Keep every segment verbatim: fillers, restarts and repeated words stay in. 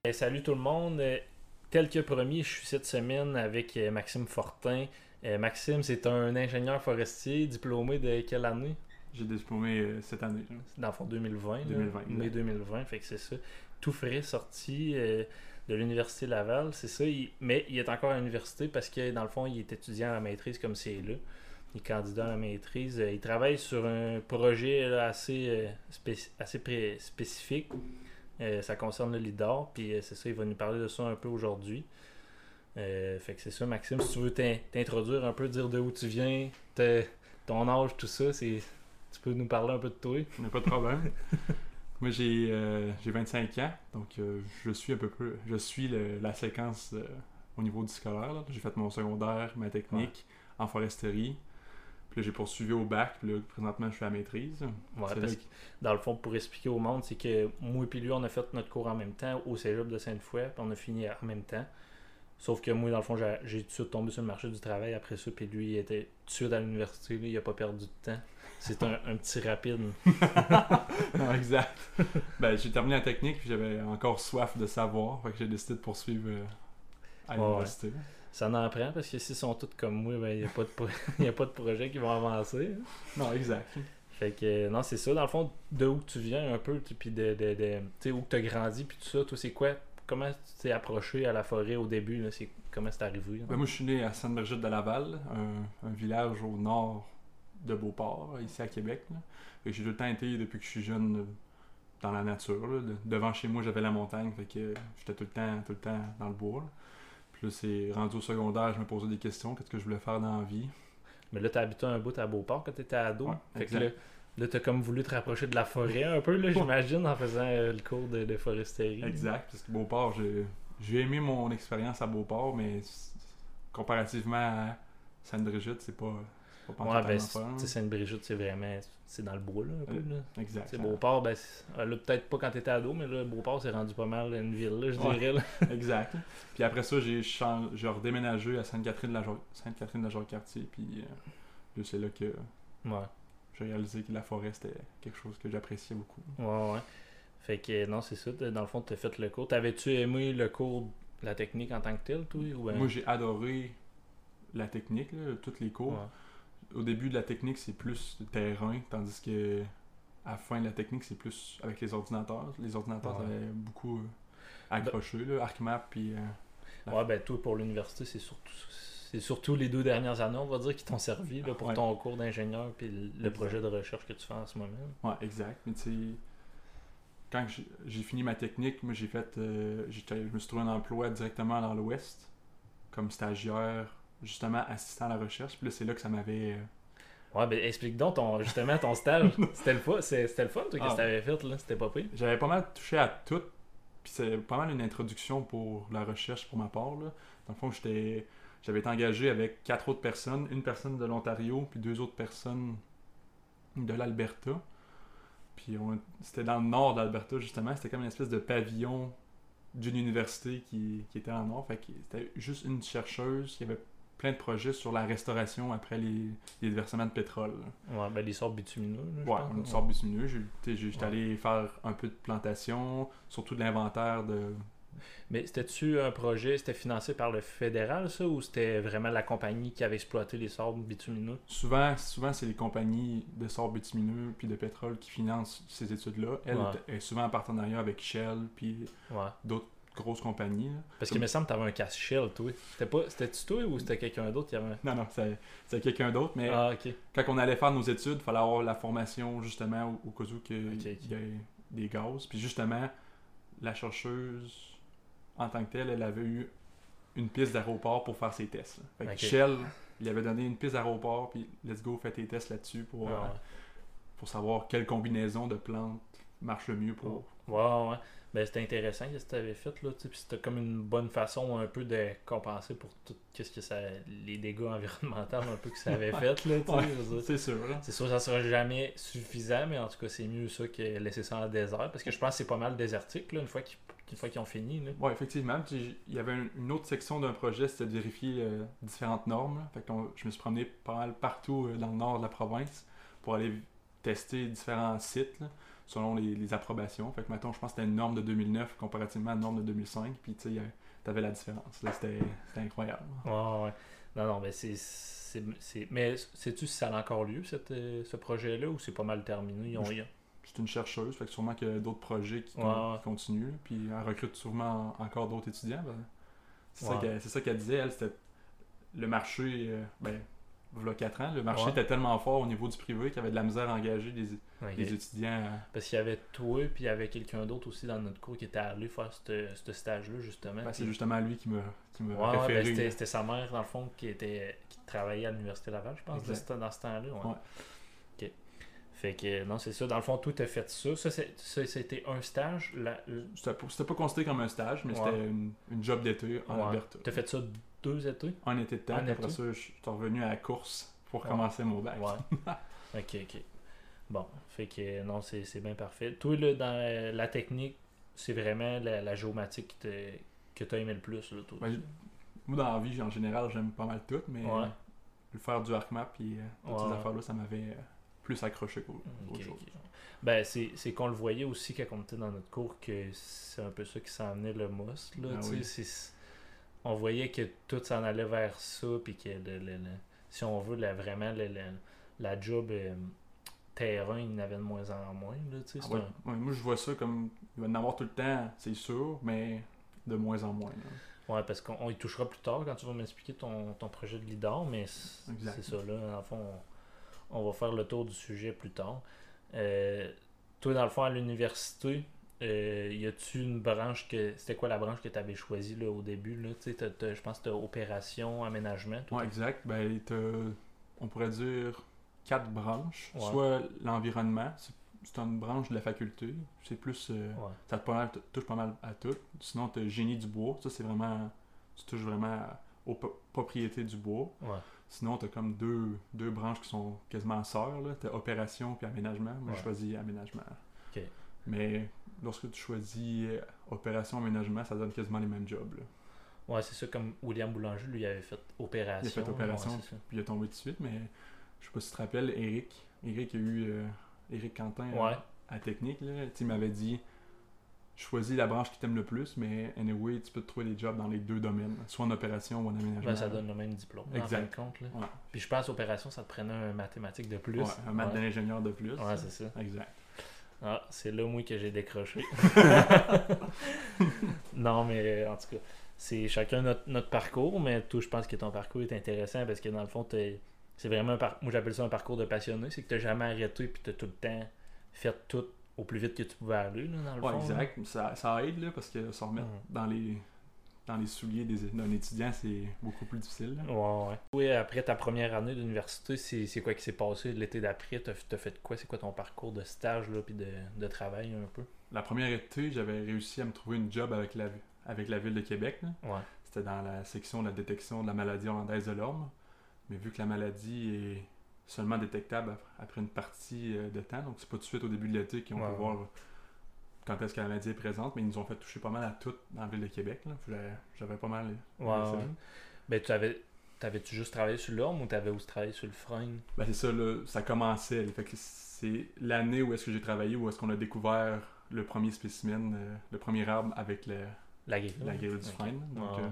Eh, salut tout le monde. Euh, Tel que promis, je suis cette semaine avec euh, Maxime Fortin. Euh, Maxime, c'est un ingénieur forestier diplômé de quelle année? J'ai diplômé euh, cette année, là. C'est dans le fond deux mille vingt, là, deux mille vingt, mai exact. deux mille vingt, fait que c'est ça. Tout frais sorti euh, de l'Université Laval, c'est ça. Il- mais il est encore à l'université parce que dans le fond, il est étudiant à la maîtrise comme c'est là. Il est candidat à la maîtrise. Euh, Il travaille sur un projet là, assez, euh, spéc- assez pré- spécifique. Euh, ça concerne le LIDAR, puis euh, c'est ça, il va nous parler de ça un peu aujourd'hui. Euh, fait que c'est ça, Maxime, si tu veux t'in- t'introduire un peu, dire de où tu viens, te- ton âge, tout ça, c'est, tu peux nous parler un peu de toi. Il n'y a pas de problème. Moi, j'ai euh, j'ai vingt-cinq ans, donc euh, je suis un peu plus... Je suis le- la séquence euh, au niveau du scolaire, là. J'ai fait mon secondaire, ma technique en foresterie. Puis là, j'ai poursuivi au bac, puis là, présentement, je suis à la maîtrise. Ouais, C'est parce là que dans le fond, pour expliquer au monde, c'est que moi et lui, on a fait notre cours en même temps au cégep de Sainte-Foy, puis on a fini en même temps. Sauf que moi, dans le fond, j'ai, j'ai tout de suite tombé sur le marché du travail après ça, puis lui, il était tout de suite à l'université, là, il a pas perdu de temps. C'est un, un petit rapide. Non, exact. Ben, j'ai terminé la technique, puis j'avais encore soif de savoir, fait que j'ai décidé de poursuivre euh, à Ouais, ouais. l'université. Ça en prend, parce que s'ils sont tous comme moi, ben, il n'y a, pas de pro- y a pas de projet qui vont avancer. Non, exact. Fait que, euh, non, c'est ça. Dans le fond, de où que tu viens un peu, tu- puis de, de, de tu sais, où tu as grandi, puis tout ça, toi, c'est quoi? Comment tu t'es approché à la forêt au début? Là? C'est, comment c'est arrivé? Là? Ben, moi, je suis né à Sainte-Brigitte-de-Laval, un, un village au nord de Beauport, ici à Québec, là. Fait que j'ai tout le temps été, depuis que je suis jeune, euh, dans la nature, là. De- devant chez moi, j'avais la montagne, fait que j'étais tout le temps, tout le temps dans le bois, là. Puis là, c'est rendu au secondaire, je me posais des questions, qu'est-ce que je voulais faire dans la vie. Mais là, t'as habité un bout à Beauport quand t'étais ado. Ouais, Fait que exact. là, là, t'as comme voulu te rapprocher de la forêt un peu, là, j'imagine, en faisant euh, le cours de, de foresterie. Exact, parce que Beauport, j'ai, j'ai aimé mon expérience à Beauport, mais c- comparativement à Sainte-Brigitte, c'est pas, c'est pas Ouais, totalement ben, fun. tu sais, Sainte-Brigitte, c'est vraiment, c'est dans le bois, là, un peu, là. Exact. C'est ça- Beauport, ben, c'est- euh, là, peut-être pas quand t'étais ado, mais là, Beauport, c'est rendu pas mal une ville, là, je Ouais. dirais, là. Exact. Puis après ça, j'ai, chan- j'ai redéménagé à Sainte-Catherine-de-la-Jacques- Sainte-Catherine-de-la-Jacques-Cartier. Puis euh, là, c'est là que Ouais. j'ai réalisé que la forêt, c'était quelque chose que j'appréciais beaucoup. Ouais, ouais. Fait que, non, c'est ça, t'as- dans le fond, t'as fait le cours. T'avais-tu aimé le cours, la technique en tant que tel, toi, ou ben... Moi, j'ai adoré la technique, là, tous les cours. Ouais. Au début de la technique, c'est plus de terrain, tandis que à la fin de la technique, c'est plus avec les ordinateurs. Les ordinateurs, Ouais. ça avait beaucoup euh, accroché, là, ArcMap, puis... euh, Ouais, ben, toi, pour l'université, c'est surtout... C'est surtout les deux dernières années, on va dire, qui t'ont servi là, pour Ouais. ton cours d'ingénieur puis le Exact. projet de recherche que tu fais en ce moment. Ouais, exact. Mais tu sais, quand j'ai- j'ai fini ma technique, moi j'ai fait. euh, j'étais- je me suis trouvé un emploi directement dans l'Ouest, comme stagiaire, justement assistant à la recherche. Puis là, c'est là que ça m'avait. euh, Ouais, ben explique donc ton, justement ton stage. C'était le fun, c'est- c'était le fun, toi, Ah. que t'avais fait, là. C'était pas pire. J'avais pas mal touché à tout. Puis c'est pas mal une introduction pour la recherche pour ma part, là. Dans le fond, j'étais. J'avais été engagé avec quatre autres personnes, une personne de l'Ontario, puis deux autres personnes de l'Alberta. Puis on- c'était dans le nord de l'Alberta, justement. C'était comme une espèce de pavillon d'une université qui, qui était en nord. Fait que c'était juste une chercheuse qui avait plein de projets sur la restauration après les, les déversements de pétrole. Ouais, ben les sortes bitumineux, là, je Ouais, pense. une sorte bitumineux. J'ai- tu sais, J'étais Ouais. allé faire un peu de plantation, surtout de l'inventaire de. Mais c'était-tu un projet, c'était financé par le fédéral, ça, ou c'était vraiment la compagnie qui avait exploité les sorts bitumineux? Souvent, souvent c'est les compagnies de sorts bitumineux puis de pétrole qui financent ces études-là. Elle Ouais. est est souvent en partenariat avec Shell puis Ouais. d'autres grosses compagnies, là. Parce qu'il me semble que t'avais un casse shell, toi. C'était pas, c'était-tu toi ou c'était quelqu'un d'autre qui avait un... Non, non, c'est c'est quelqu'un d'autre, mais Ah, ok. quand on allait faire nos études, il fallait avoir la formation justement au, au cas où qu'il Ok, ok. y ait des gaz. Puis justement, la chercheuse, en tant que telle, elle avait eu une piste d'aéroport pour faire ses tests, là. Fait que Ok. Shell, il avait donné une piste d'aéroport, puis let's go, fais tes tests là-dessus pour, Ah, euh, ouais. pour savoir quelle combinaison de plantes marche le mieux pour... Ouais, ouais. Ben, c'était intéressant ce que tu avais fait, là, tu sais, puis c'était comme une bonne façon un peu de compenser pour tout qu'est-ce que ça, les dégâts environnementaux un peu que ça avait fait, là, tu sais, Ouais, je veux dire. c'est sûr, là. C'est sûr que ça sera jamais suffisant, mais en tout cas, c'est mieux ça que laisser ça en désert, parce que je pense que c'est pas mal désertique, là, une fois qu'ils, une fois qu'ils ont fini, là. Ouais, effectivement. Puis il y avait un- une autre section d'un projet, c'était de vérifier euh, différentes normes, là. Fait que on- je me suis promené pas mal partout euh, dans le nord de la province pour aller tester différents sites, là. selon les, les approbations. Fait que, mettons, je pense que c'était une norme de deux mille neuf comparativement à une norme de deux mille cinq. Puis, tu sais, t'avais la différence. Là, c'était, c'était incroyable. Ouais, ouais. Non, non, mais c'est... c'est, c'est... Mais sais-tu si ça a encore lieu, cette, euh, ce projet-là, ou c'est pas mal terminé? Ils ont... Je... C'est une chercheuse, fait que sûrement qu'il y a d'autres projets qui, ouais, con- ouais. qui continuent. Puis, elle recrute sûrement en- encore d'autres étudiants. Ben, c'est, Ouais. ça qu'elle, c'est ça qu'elle disait, elle, c'était le marché... Euh, ben, il y a quatre ans, le marché Ouais. était tellement fort au niveau du privé qu'il y avait de la misère à engager des, Okay. des étudiants. À... Parce qu'il y avait toi, puis il y avait quelqu'un d'autre aussi dans notre cours qui était allé faire ce stage-là, justement. Ben, c'est puis... justement lui qui me, qui me ouais, ouais, référé. ben c'était, c'était sa mère, dans le fond, qui était qui travaillait à l'Université Laval, je pense, Exact. dans ce temps-là. Ouais. Ouais. Ok. Fait que, non, c'est ça. Dans le fond, tout a fait ça. Ça, c'est, ça c'était un stage. La... C'était, pas, c'était pas considéré comme un stage, mais ouais. c'était une, une job d'été en ouais. Alberta. T'as fait ça deux étés? Un été de temps, Un après été? ça, je suis revenu à la course pour ouais. commencer mon bac. Ouais. Ok, ok. Bon, fait que non, c'est, c'est bien parfait. Toi, là, dans la technique, c'est vraiment la, la géomatique qui que tu as aimé le plus, là, toi. Ben, moi, dans la vie, en général, j'aime pas mal tout, mais ouais. le faire du ArcMap et euh, toutes ouais. ces affaires-là, ça m'avait euh, plus accroché qu'autre okay, chose. Okay. Ben, c'est, c'est qu'on le voyait aussi quand on était dans notre cours que c'est un peu ça qui s'en venait le must, là, ah, tu sais, oui. c'est, on voyait que tout s'en allait vers ça, puis que le, le, le, si on veut, là, vraiment, le, le, la job euh, terrain, il y en avait de moins en moins, là, tu sais, Ah, ouais. un... ouais, moi, je vois ça comme, il va en avoir tout le temps, c'est sûr, mais de moins en moins. Là. Ouais, parce qu'on y touchera plus tard quand tu vas m'expliquer ton, ton projet de leader, mais c'est, c'est ça, là, dans le fond, on, on va faire le tour du sujet plus tard. Euh, toi, dans le fond, à l'université, euh, y a-tu une branche que. C'était quoi la branche que tu avais choisie là, au début là? Tu sais, je pense que tu as opération, aménagement. Tout ouais, exact. Ben, on pourrait dire quatre branches. Ouais. Soit l'environnement, c'est, c'est une branche de la faculté. C'est plus. Euh, ouais. Ça te pas mal, touche pas mal à tout. Sinon, tu as génie du bois. Ça, c'est vraiment. Tu touches vraiment aux po- propriétés du bois. Ouais. Sinon, tu as comme deux, deux branches qui sont quasiment sœurs. Tu as opération puis aménagement. Moi, ouais. je choisis aménagement. Okay. Mais lorsque tu choisis opération aménagement, ça donne quasiment les mêmes jobs. Là. Ouais, c'est ça, comme William Boulanger, lui, il avait fait opération. Il a fait opération, ouais, puis il a tombé tout de suite, mais je sais pas si tu te rappelles, Eric, Eric a eu euh, Eric Quentin ouais. à, à Technique, là, il m'avait dit choisis la branche qui t'aime le plus, mais anyway, tu peux te trouver des jobs dans les deux domaines, soit en opération ou en aménagement. Ben, ça donne le même diplôme, exact. En fin de compte. Là. Ouais. Puis je pense opération, ça te prenait un mathématique de plus. Ouais, un maths ouais. d'ingénieur de plus. Ouais, c'est ça. Exact. Ah, c'est là, moi, que j'ai décroché. Non, mais en tout cas, c'est chacun notre, notre parcours, mais toi, je pense que ton parcours est intéressant parce que dans le fond, t'es, c'est vraiment un parcours, moi j'appelle ça un parcours de passionné, c'est que tu n'as jamais arrêté puis tu as tout le temps fait tout au plus vite que tu pouvais aller, là, dans le ouais, fond. exact. Ça, ça aide là, parce que se remettre mm. dans les dans les souliers des, d'un étudiant, c'est beaucoup plus difficile. Là. Ouais, ouais. Oui, après ta première année d'université, c'est, c'est quoi qui s'est passé l'été d'après? T'as, t'as fait quoi? C'est quoi ton parcours de stage là, puis de, de travail un peu? La première été, j'avais réussi à me trouver une job avec la, avec la Ville de Québec. Là. Ouais. C'était dans la section de la détection de la maladie hollandaise de l'orme. Mais vu que la maladie est seulement détectable après une partie de temps, donc c'est pas tout de suite au début de l'été qu'on ouais, peut voir... quand est-ce que la maladie est présente, mais ils nous ont fait toucher pas mal à tout dans la Ville de Québec. Là. J'avais, j'avais pas mal... Ouais, ouais. Ben, tu avais... T'avais-tu juste travaillé sur l'orme ou t'avais aussi travaillé sur le frein? Ben, c'est ça, là, ça commençait. Là. Fait que c'est l'année où est-ce que j'ai travaillé, où est-ce qu'on a découvert le premier spécimen, euh, le premier arbre avec le, la grille, la grille du okay. frein. Donc, ouais. euh...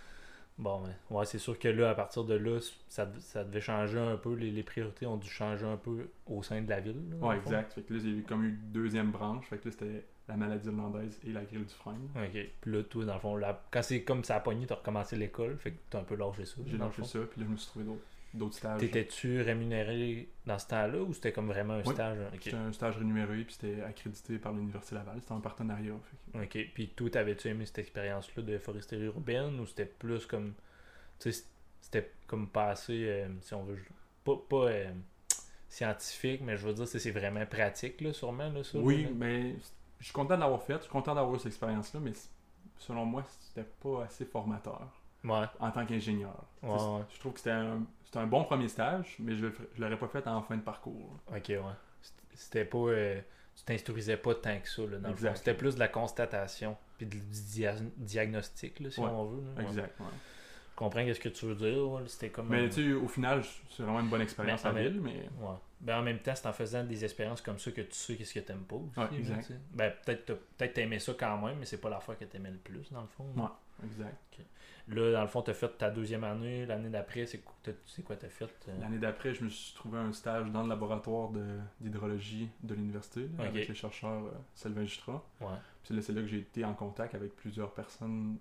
Bon, ben, ouais, c'est sûr que là, à partir de là, ça, ça devait changer un peu. Les, les priorités ont dû changer un peu au sein de la ville. Là, ouais, exact. Fait que là, j'ai eu comme une deuxième branche. Fait que là, c'était la maladie hollandaise et la grille du frein. Ok. Puis là, toi, dans le fond, là, quand c'est comme ça a pogné, t'as recommencé l'école. Fait que t'as un peu lâché ça. J'ai lâché ça, puis là, je me suis trouvé d'autres, d'autres stages. T'étais-tu rémunéré dans ce temps-là ou c'était comme vraiment un oui, stage? Okay. C'était un stage rémunéré, puis c'était accrédité par l'Université Laval. C'était un partenariat. Fait que... Ok. Puis toi, t'avais-tu aimé cette expérience-là de foresterie urbaine ou c'était plus comme. Tu sais, c'était comme passé, euh, si on veut, pas, pas euh, scientifique, mais je veux dire, c'est, c'est vraiment pratique, là, sûrement, là, ça. Oui, là. mais je suis content de l'avoir fait, je suis content d'avoir eu cette expérience-là, mais selon moi, c'était pas assez formateur ouais. en tant qu'ingénieur. Ouais, ouais. Je trouve que c'était un, c'était un bon premier stage, mais je, je l'aurais pas fait en fin de parcours. Ok, ouais. C'était pas... Euh, tu t'instruisais pas tant que ça, là, dans exact. Le fond. C'était plus de la constatation, puis du dia- diagnostic, là, si ouais. on veut. Là. Exact, ouais. comprends ce que tu veux dire. Ouais. C'était comme. Mais un... tu sais, au final, c'est vraiment une bonne expérience mais, en mais, ville, mais. Ouais. Ben, en même temps, c'est en faisant des expériences comme ça que tu sais qu'est-ce que t'aimes pas aussi. Ouais, exact. Là, ben, peut-être peut-être t'aimais ça quand même, mais c'est pas l'affaire que t'aimais le plus, dans le fond. Ouais, exact. Okay. Là, dans le fond, t'as fait ta deuxième année, l'année d'après, c'est quoi t'as, c'est quoi t'as fait? Euh... L'année d'après, je me suis trouvé un stage dans le laboratoire de, d'hydrologie de l'université, là, okay. avec les chercheurs euh, Sylvain Jutras. Ouais. Puis là, c'est là que j'ai été en contact avec plusieurs personnes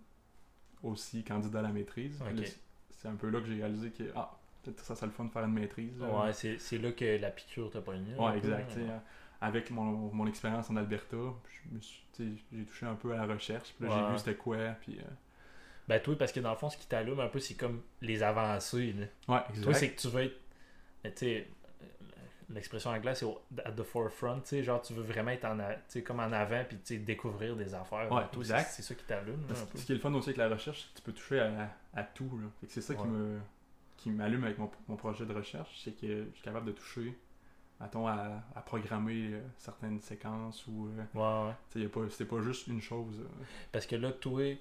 aussi candidats à la maîtrise. Okay. Là, c'est un peu là que j'ai réalisé que ah, peut-être ça, ça le fun de faire une maîtrise. Là. Ouais, c'est, c'est là que la piqûre t'a pogné. Ouais, exact. Ouais. Avec mon, mon expérience en Alberta, je me suis, j'ai touché un peu à la recherche. Puis là, ouais. j'ai vu c'était quoi. Puis, euh... Ben, toi, parce que dans le fond, ce qui t'allume un peu, c'est comme les avancées. Là. Ouais, exact. Toi, c'est que tu veux être. Tu sais, l'expression anglaise, c'est au, at the forefront. Tu sais, genre, tu veux vraiment être en, comme en avant, puis tu sais, découvrir des affaires. Ouais, toi, exact. C'est, c'est ça qui t'allume. Là, un peu. Ce qui est le fun aussi avec la recherche, c'est que tu peux toucher à, à tout. Là. Fait que c'est ça ouais. qui me qui m'allume avec mon, mon projet de recherche, c'est que je suis capable de toucher, mettons, à, à programmer euh, certaines séquences ou. Euh, ouais, ouais. Tu sais, pas, c'est pas juste une chose. Euh. Parce que là, toi.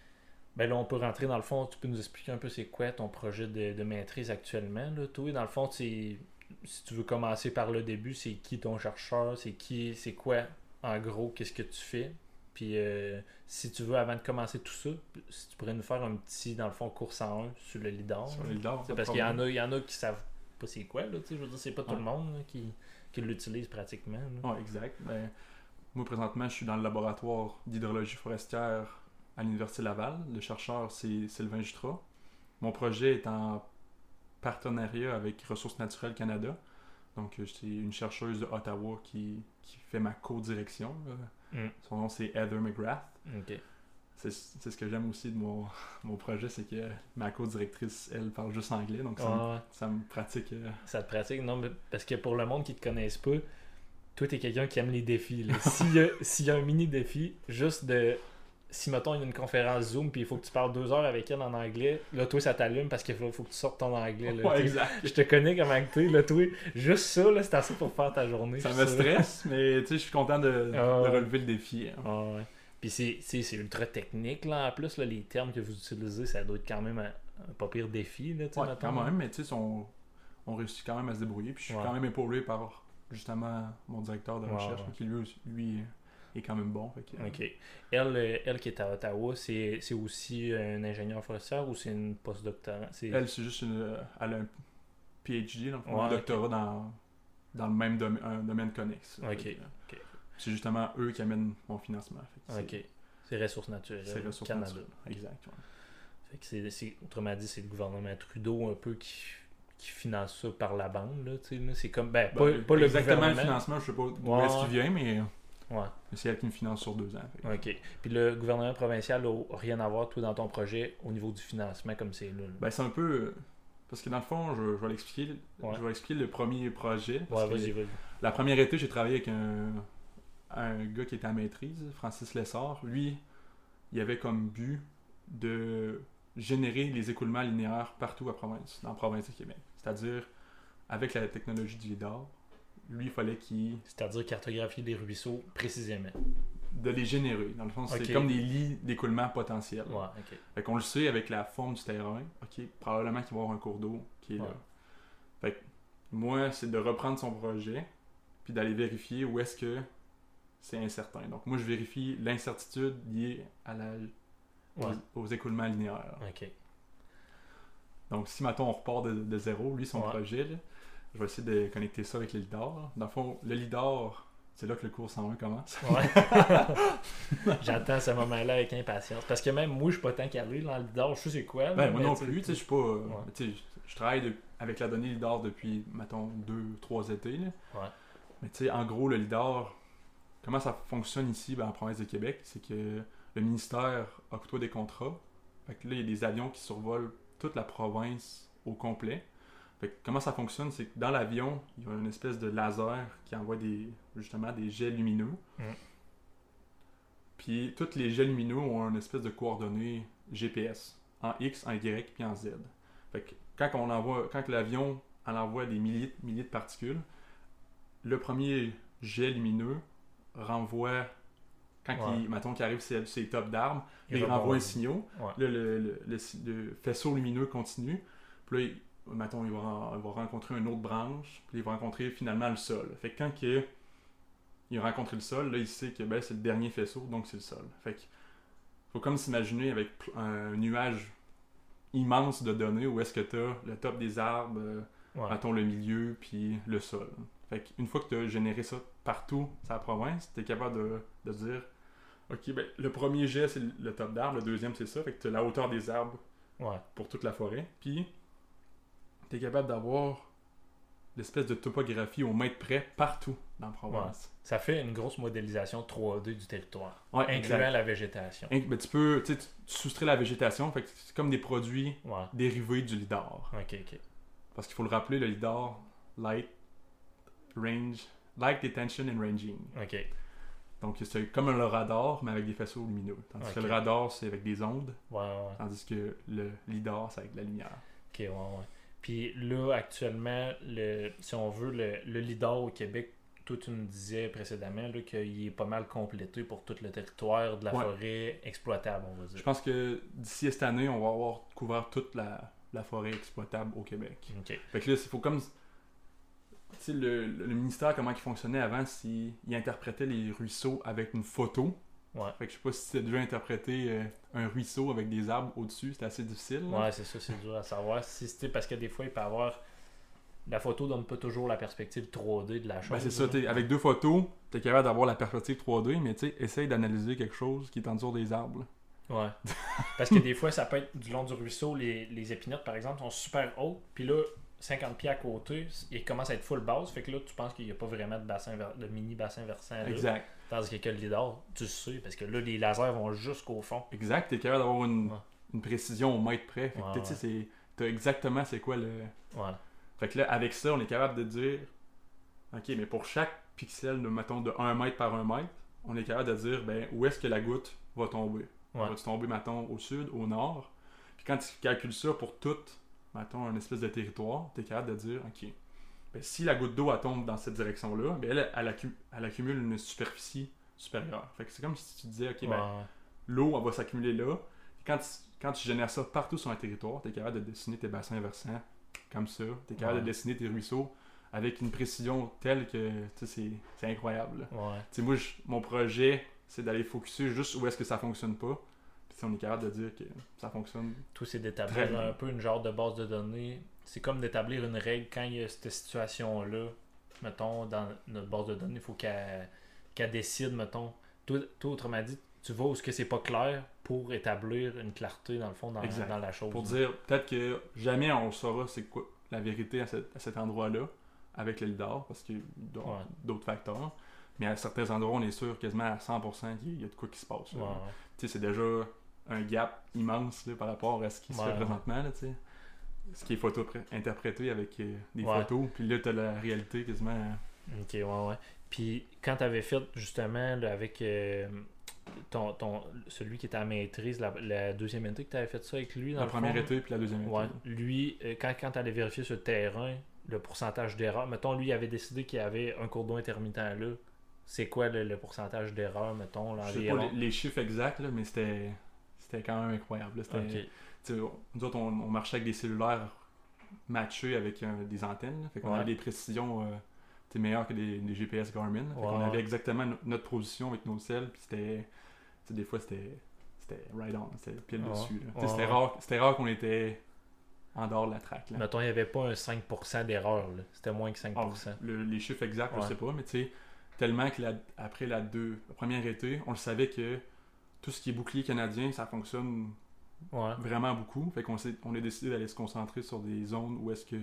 Ben là, on peut rentrer dans le fond. Tu peux nous expliquer un peu c'est quoi ton projet de, de maîtrise actuellement, là, toi? Dans le fond, c'est, si tu veux commencer par le début, c'est qui ton chercheur? C'est qui, c'est quoi, en gros, qu'est-ce que tu fais? Puis, euh, si tu veux, avant de commencer tout ça, si tu pourrais nous faire un petit, dans le fond, cours cent un sur le lidar. Sur le lidar, parce qu'il y en a, il y en a qui savent pas c'est quoi, là, tu sais, je veux dire, c'est pas ouais. tout le monde là, qui, qui l'utilise pratiquement. Oui, exact. Ben, moi, présentement, je suis dans le laboratoire d'hydrologie forestière à l'Université Laval. Le chercheur, c'est Sylvain Jutras. Mon projet est en partenariat avec Ressources naturelles Canada. Donc, c'est une chercheuse de Ottawa qui, qui fait ma co-direction. Mm. Son nom, c'est Heather McGrath. Okay. C'est, c'est ce que j'aime aussi de mon, mon projet, c'est que ma co-directrice, elle, parle juste anglais. Donc, ça, ah, me, ça me pratique. Euh... Ça te pratique? Non, mais parce que pour le monde qui ne te connaisse pas, toi, t'es quelqu'un qui aime les défis. Là. s'il, y a, s'il y a un mini défi, juste de... Si, mettons, il y a une conférence Zoom puis il faut que tu parles deux heures avec elle en anglais, là, toi, ça t'allume parce qu'il faut, faut que tu sortes ton anglais. Là, ouais, exact. Je te connais comment tu es, là, toi. Juste ça, là, c'est assez pour faire ta journée. Ça me stresse, mais tu sais, je suis content de, ah, de relever le défi. Hein. Ah, ouais. Puis c'est, c'est, c'est ultra technique, là, en plus, là, les termes que vous utilisez, ça doit être quand même un, un pas pire défi, là, tu sais, ouais, quand même, mais tu sais, on, on réussit quand même à se débrouiller, puis je suis ouais. quand même épaulé par, justement, mon directeur de recherche, ouais, ouais. qui, lui, lui est quand même bon. Fait que, OK. Elle, elle qui est à Ottawa, c'est, c'est aussi un ingénieur forestier ou c'est une postdoctorant? C'est... Elle, c'est juste une... Elle a un P H D, donc ouais, un doctorat okay. dans, dans le même domaine, un domaine connexe. OK. Que, okay. C'est justement eux qui amènent mon financement. Fait OK. C'est, c'est Ressources naturelles c'est Ressources Canada. Naturelles. Exact. Ouais. Fait que c'est, c'est, autrement dit, c'est le gouvernement Trudeau un peu qui... qui finance ça par la bande, là, tu sais, là, c'est comme, ben, pas, ben, pas le exactement gouvernement. le financement, je sais pas d'où ouais. est-ce qu'il vient, mais, ouais. mais c'est elle qui me finance sur deux ans. Fait. OK. Puis le gouvernement provincial n'a rien à voir, toi, dans ton projet, au niveau du financement, comme c'est là. là. Ben, c'est un peu... Parce que dans le fond, je, je vais l'expliquer, ouais. je vais expliquer le premier projet. Ouais, vas-y, vas-y. La première été, j'ai travaillé avec un, un gars qui était à maîtrise, Francis Lessard. Lui, il avait comme but de générer les écoulements linéaires partout à province, dans la province de Québec. C'est-à-dire, avec la technologie du lidar, lui, il fallait qu'il... C'est-à-dire cartographier les ruisseaux précisément. De les générer. Dans le fond, c'est okay. comme des lits d'écoulement potentiels. Ouais, OK. Fait qu'on le sait avec la forme du terrain, OK, probablement qu'il va y avoir un cours d'eau qui est ouais. là. Fait que moi, c'est de reprendre son projet puis d'aller vérifier où est-ce que c'est incertain. Donc moi, je vérifie l'incertitude liée à la... ouais. aux, aux écoulements linéaires. OK. Donc si, mettons, on repart de, de zéro, lui, son ouais. projet, là, je vais essayer de connecter ça avec le lidar. Dans le fond, le lidar... C'est là que le cours cent un commence. Ouais. J'attends ce moment-là avec impatience. Parce que même moi, je suis pas tant calé dans le lidar. Je sais c'est quoi. Ben, moi non plus. Je suis pas. Euh, ouais. Je travaille de, avec la donnée lidar depuis, mettons, deux, trois étés. Là. Ouais. Mais tu sais, en gros, le lidar, comment ça fonctionne ici ben, en province de Québec, c'est que le ministère octroie des contrats. Fait que là, il y a des avions qui survolent toute la province au complet. Fait que comment ça fonctionne, c'est que dans l'avion, il y a une espèce de laser qui envoie des, justement des jets lumineux. Mm. Puis tous les jets lumineux ont une espèce de coordonnées G P S, en X, en Y, puis en Z. Fait que quand on envoie, quand l'avion en envoie des milliers, milliers de particules, le premier jet lumineux renvoie Quand Ouais. il, mettons qu'il arrive sur ces tops d'arbres, Il là, il renvoie un rebondit. signal. Ouais. Là, le, le, le, le faisceau lumineux continue. Puis là, il, mettons, il va, ren- il va rencontrer une autre branche. Puis il va rencontrer finalement le sol. Fait que quand il, il a rencontré le sol, là, il sait que ben, c'est le dernier faisceau, donc c'est le sol. Fait que faut comme s'imaginer avec un nuage immense de données où est-ce que tu as le top des arbres, euh, Ouais. mettons le milieu, puis le sol. Fait qu'une fois que tu as généré ça partout sur la province, tu es capable de, de dire ok, ben le premier jet c'est le top d'arbre, le deuxième c'est ça, fait que tu as la hauteur des arbres Ouais. pour toute la forêt, puis tu es capable d'avoir l'espèce de topographie au mètre près partout dans la province. Ça fait une grosse modélisation trois D du territoire, Ouais, incluant exact. la végétation. Inc- ben, tu peux, tu sais, tu tu soustrais la végétation, fait que c'est comme des produits Ouais. dérivés du lidar. Ok, ok. Parce qu'il faut le rappeler, le lidar, light, range, light detection and ranging. Ok. Donc c'est comme le radar, mais avec des faisceaux lumineux. Tandis Ok. que le radar, c'est avec des ondes, Ouais, ouais. tandis que le lidar, c'est avec de la lumière. Ok, ouais, ouais. Puis là, actuellement, le, si on veut, le, le LIDAR au Québec, toi, tu nous disais précédemment là, qu'il est pas mal complété pour tout le territoire de la Ouais. forêt exploitable, on va Je dire. pense que d'ici cette année, on va avoir couvert toute la, la forêt exploitable au Québec. Ok. Fait que là, il faut comme... Tu sais, le, le ministère, comment il fonctionnait avant, c'est il interprétait les ruisseaux avec une photo. Ouais. Fait que je sais pas si tu as déjà interprété euh, un ruisseau avec des arbres au-dessus, c'est assez difficile. là. Ouais, c'est ça, c'est dur à savoir. Si c'était parce que des fois, il peut y avoir. La photo donne pas toujours la perspective trois D de la chose. Ben c'est ça, là. t'es- avec deux photos, tu es capable d'avoir la perspective trois D, mais tu sais, essaye d'analyser quelque chose qui est en dessous des arbres. là. Ouais. Parce que des fois, ça peut être du long du ruisseau, les, les épinettes, par exemple, sont super hautes, puis là, cinquante pieds à côté, ils commencent à être full base, fait que là, tu penses qu'il n'y a pas vraiment de bassin ver- de mini bassin versant là. Exact. Tandis que, que le lidar, tu sais, parce que là, les lasers vont jusqu'au fond. Exact, tu es capable d'avoir une, Ouais. une précision au mètre près. Fait que Ouais, tu sais, c'est- t'as exactement c'est quoi le. Ouais. Fait que là, avec ça, on est capable de dire ok, mais pour chaque pixel, de, mettons, de un mètre par un mètre, on est capable de dire ben, où est-ce que la goutte va tomber. Ouais. Va-tu tomber, mettons, au sud, au nord. Puis quand tu calcules ça pour tout, mettons, un espèce de territoire, tu es capable de dire ok, ben, si la goutte d'eau elle tombe dans cette direction-là, ben, elle, elle, accu- elle accumule une superficie supérieure. Fait que c'est comme si tu disais ok, ben, Ouais. l'eau elle va s'accumuler là. Puis quand tu, quand tu génères ça partout sur un territoire, tu es capable de dessiner tes bassins versants comme ça. Tu es capable Ouais. de dessiner tes ruisseaux avec une précision telle que tu sais, c'est, c'est incroyable. là. Ouais. Tu sais, moi, je- mon projet, c'est d'aller focuser juste où est-ce que ça fonctionne pas. Puis tu sais, on est capable de dire que ça fonctionne. Tout, c'est Très d'établir bien. un peu une genre de base de données. C'est comme d'établir une règle quand il y a cette situation-là. Mettons, dans notre base de données, il faut qu'elle qu'elle décide, mettons. Toi, toi, autrement dit, tu vas où ce que c'est pas clair pour établir une clarté, dans le fond, dans, Exact. dans la chose. Pour dire, peut-être que jamais on saura c'est quoi la vérité à, cet- à cet endroit-là avec le lidar, parce qu'il y a Ouais. d'autres facteurs. Mais à certains endroits, on est sûr quasiment à cent pour cent qu'il y a de quoi qui se passe. là. Ouais, ouais. Tu sais, c'est déjà un gap immense là, par rapport à ce qui se Ouais, fait ouais. présentement. Là, tu sais. Ce qui est photo pré- interprété avec euh, des Ouais. photos, puis là, tu as la réalité quasiment. euh, Ok, ouais, ouais. Puis quand tu avais fait justement là, avec euh, ton, ton, celui qui était à maîtrise, la, la deuxième unité, que tu avais fait ça avec lui, dans La le première fond, été, puis la deuxième ouais, été. lui, euh, quand, quand tu allais vérifier sur le terrain, le pourcentage d'erreur, mettons, lui, il avait décidé qu'il y avait un cours d'eau intermittent là. C'est quoi le, le pourcentage d'erreur, mettons, Je sais pas l'environ? les, les chiffres exacts, là, mais c'était c'était quand même incroyable. là. C'était, Ok. tu sais, nous autres, on, on marchait avec des cellulaires matchés avec euh, des antennes. Là. Fait qu'on Ouais. avait des précisions euh, tu sais, meilleures que des, des G P S Garmin. Fait Ouais, qu'on ouais. avait exactement no- notre position avec nos selles. Puis c'était. Tu sais, des fois, c'était. C'était right on. C'était pile Ouais. dessus. là. Tu sais, Ouais, C'était ouais. rare, c'était rare qu'on était en dehors de la traque. Là. Mettons, il n'y avait pas un cinq pour cent d'erreur, là. C'était moins que cinq Ah, pour cent. le- les chiffres exacts, je Ouais. sais pas, mais tu sais, tellement que la- après la, deux, la première été, on le savait que tout ce qui est bouclier canadien, ça fonctionne Ouais. vraiment beaucoup. Fait qu'on s'est, on a décidé d'aller se concentrer sur des zones où est-ce que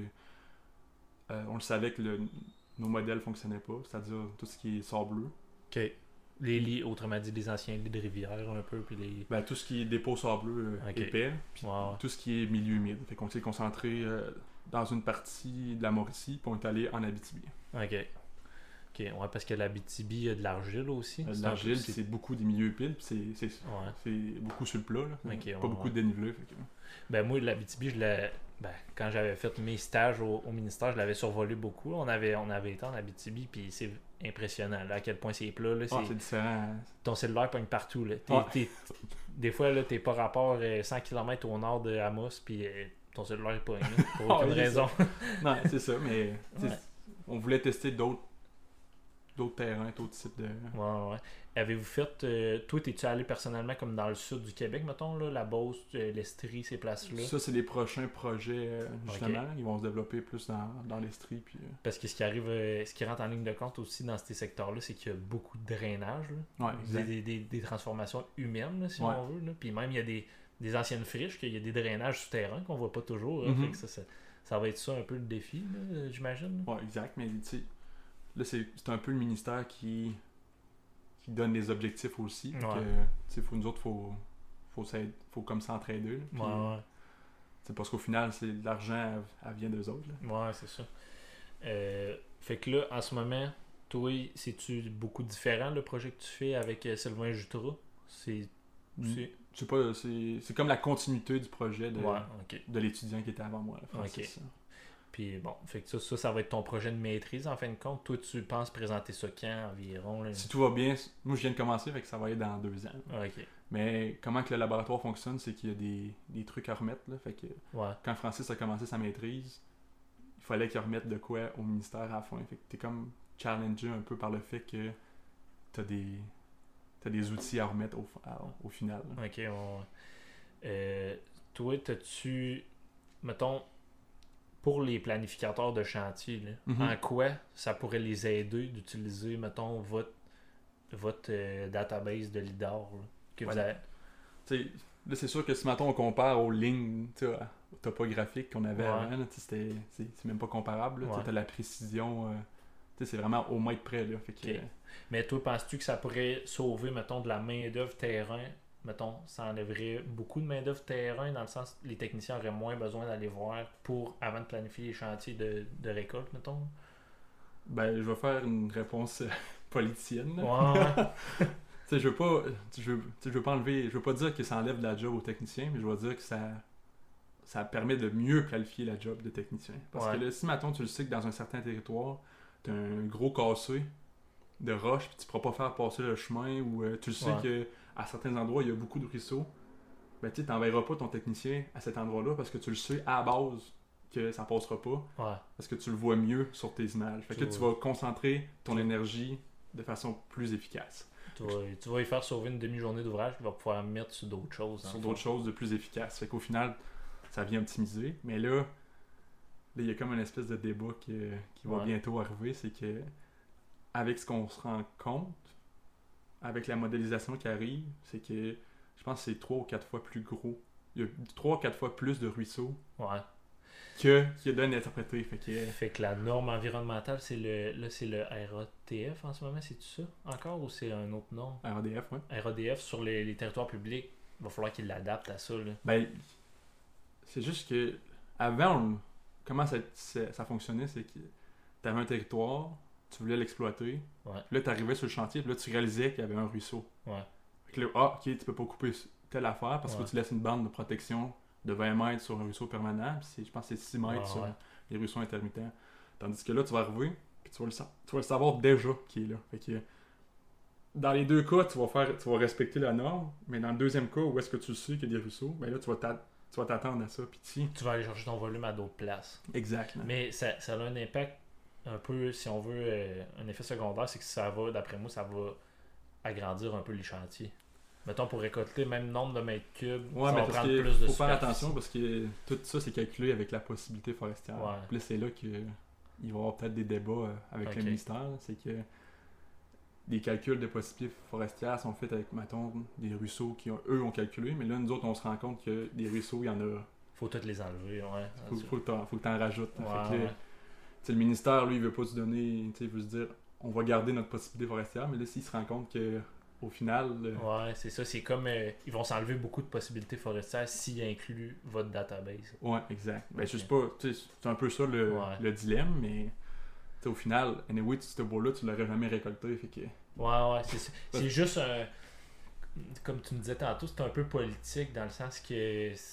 euh, on le savait que le- nos modèles fonctionnaient pas, c'est-à-dire tout ce qui est sableux, Ok. Les lits, autrement dit, les anciens lits de rivière, un peu, puis les. ben, tout ce qui est dépôt sableux euh, Ok. épais, puis Ouais, ouais. tout ce qui est milieu humide. Fait qu'on s'est concentré euh, dans une partie de la Mauricie, puis on est allé en Abitibi. Ok. Ok, ouais, parce que l'Abitibi, il y a de l'argile aussi. Euh, C'est de un l'argile, peu- puis c'est beaucoup des milieux humides, puis c'est, c'est, Ouais. c'est beaucoup sur le plat, là. Ok, pas ouais, beaucoup ouais. de dénivelé. Fait que... Ben moi, l'Abitibi, je l'ai... ben, quand j'avais fait mes stages au, au ministère, je l'avais survolé beaucoup. On avait, on avait été en Abitibi, puis c'est impressionnant là, à quel point c'est plat. Là, c'est, Ah, c'est différent. ton cellulaire pogne partout. Là. T'es, Ouais. t'es, des fois, là, t'es pas rapport euh, cent kilomètres au nord de Amos, puis euh, ton cellulaire est pogné pour aucune Ah, oui, raison. Non, c'est ça, mais tu sais, Ouais. on voulait tester d'autres d'autres terrains, d'autres types de... Ouais, ouais. Avez-vous fait. Euh, toi, t'es-tu allé personnellement comme dans le sud du Québec, mettons, là, la Beauce, euh, l'Estrie, ces places-là? Ça, c'est les prochains projets, euh, justement. Ok. Ils vont se développer plus dans, dans l'Estrie. Puis, euh, Parce que ce qui arrive, euh, ce qui rentre en ligne de compte aussi dans ces secteurs-là, c'est qu'il y a beaucoup de drainage. Là. Ouais, des, exact. des, des, des transformations humaines, là, si Ouais. on veut. Là. Puis même, il y a des, des anciennes friches, qu'il y a des drainages souterrains qu'on voit pas toujours. Hein. Mhm. Fait que ça, ça, ça va être ça un peu le défi, là, j'imagine. Ouais, exact. Mais tu sais, là, c'est c'est un peu le ministère qui, qui donne les objectifs aussi. Ouais. Que, tu sais, faut, nous autres, faut, faut, s'aide- faut comme s'entraider. là. Puis, Ouais, ouais. c'est parce qu'au final, c'est l'argent, elle, elle vient d'eux autres. Là. Ouais, c'est ça. Euh, fait que là, en ce moment, toi, c'est-tu beaucoup différent le projet que tu fais avec euh, Sylvain Jutras? C'est. c'est- C'est pas, c'est, c'est comme la continuité du projet de, Ouais, ok. de l'étudiant qui était avant moi. Là, Francis, Ok. ça. Puis bon, fait que ça, ça, ça va être ton projet de maîtrise en fin de compte. Toi, tu penses présenter ça quand environ? Là? Si tout va bien, moi je viens de commencer, fait que ça va être dans deux ans. Ah, ok. Mais comment que le laboratoire fonctionne, c'est qu'il y a des, des trucs à remettre. Là, fait que Ouais. quand Francis a commencé sa maîtrise, il fallait qu'il remette de quoi au ministère à la fin. Fait que t'es comme challengé un peu par le fait que t'as des, t'as des outils à remettre au, à- au final. là. Ok, ouais, ouais. Euh, toi, t'as-tu. Mettons, pour les planificateurs de chantier, là, Mhm. en quoi ça pourrait les aider d'utiliser, mettons, votre, votre euh, database de lidar là, que vous Ouais. avez. Tu sais, là, c'est sûr que si maintenant on compare aux lignes tu sais, topographiques qu'on avait Ouais. avant, là, tu sais, c'était, c'est, c'est même pas comparable. Là, tu sais, Ouais. t'as la précision, euh, tu sais, c'est vraiment au mètre près. Là, fait que, Ok. Mais toi, penses-tu que ça pourrait sauver, mettons, de la main-d'œuvre terrain? Mettons, ça enlèverait beaucoup de main-d'œuvre terrain dans le sens que les techniciens auraient moins besoin d'aller voir pour avant de planifier les chantiers de, de récolte, mettons. ben, je vais faire une réponse euh, politicienne. là. Ouais, ouais. Tu sais, je veux pas, je veux, tu sais, je veux pas enlever, je veux pas dire que ça enlève de la job aux techniciens, mais je veux dire que ça, ça permet de mieux planifier la job de technicien. Parce Ouais. que là, si maintenant tu le sais que dans un certain territoire, t'as un gros cassé de roches, puis tu pourras pas faire passer le chemin, ou euh, tu le sais Ouais. que à certains endroits il y a beaucoup de ruisseaux, ben tu sais, t'enverras pas ton technicien à cet endroit-là parce que tu le sais à la base que ça passera pas, Ouais. parce que tu le vois mieux sur tes images. Fait que Tu tu vois. vas concentrer ton Tu- énergie de façon plus efficace. Tu vas, tu vas y faire sauver une demi-journée d'ouvrage qu'il va pouvoir mettre sur d'autres choses. dans Sur le d'autres fond. choses de plus efficaces. Fait qu'au final, ça vient optimiser. Mais là, là, il y a comme une espèce de débat qui, qui va Ouais. bientôt arriver. C'est que, avec ce qu'on se rend compte, avec la modélisation qui arrive, c'est que je pense que c'est trois ou quatre fois plus gros. Il y a trois ou quatre fois plus de ruisseaux Ouais. que qu'il y a donné à interpréter. Fait que, Fait que la norme environnementale, c'est le là c'est le R A T F en ce moment, c'est-tu ça encore ou c'est un autre nom? R A D F, ouais. R A D F sur les, les territoires publics, il va falloir qu'il l'adapte à ça. Là. Ben, c'est juste que, avant, on- comment ça, ça, ça fonctionnait, c'est que tu avais un territoire, tu voulais l'exploiter, Ouais. puis là, tu arrivais sur le chantier, puis là, tu réalisais qu'il y avait un ruisseau. Ouais. Fait que là, ah, ok, tu peux pas couper telle affaire parce Ouais. que tu laisses une bande de protection de vingt mètres sur un ruisseau permanent, puis c'est- je pense que c'est six mètres Ouais, sur ouais. les ruisseaux intermittents. Tandis que là, tu vas arriver, puis tu vas le, sa- tu vas le savoir déjà qui est là. Fait que, dans les deux cas, tu vas faire, tu vas respecter la norme, mais dans le deuxième cas, où est-ce que tu sais qu'il y a des ruisseaux, ben là, tu vas t'a- tu vas t'attendre à ça, puis tu... Tu vas aller chercher ton volume à d'autres places. Exact. là. Mais ça, ça a un impact un peu, si on veut, euh, un effet secondaire, c'est que ça va, d'après moi, ça va agrandir un peu les chantiers. Mettons, pour récolter le même nombre de mètres cubes, Ouais, ça mais va parce prendre qu'il plus de faut faire superficie. attention parce que tout ça, c'est calculé avec la possibilité forestière. Ouais. Puis là, c'est là qu'il va y avoir peut-être des débats euh, avec Ok. le ministère. C'est que des calculs de possibilités forestières sont faits avec, mettons, des ruisseaux qui, ont- eux, ont calculé. Mais là, nous autres, on se rend compte que des ruisseaux, il y en a. Faut toutes les enlever, ouais. Faut, faut que t'en- faut que t'en rajoutes. Ouais, Fait que là, ouais. tu sais, le ministère, lui, il veut pas se donner. Tu sais, il veut se dire, on va garder notre possibilité forestière. Mais là, s'il se rend compte que au final. euh, Ouais, c'est ça. C'est comme. euh, ils vont s'enlever beaucoup de possibilités forestières s'ils incluent votre database. Ouais, exact. Ben, je Ok. sais pas, tu sais, c'est un peu ça le, Ouais. le dilemme, mais tu sais, au final, anyway, tu- ce bois-là, tu l'aurais jamais récolté, fait que... Ouais, ouais. C'est, c'est- c'est juste un. Comme tu me disais tantôt, c'est un peu politique dans le sens que. c'est-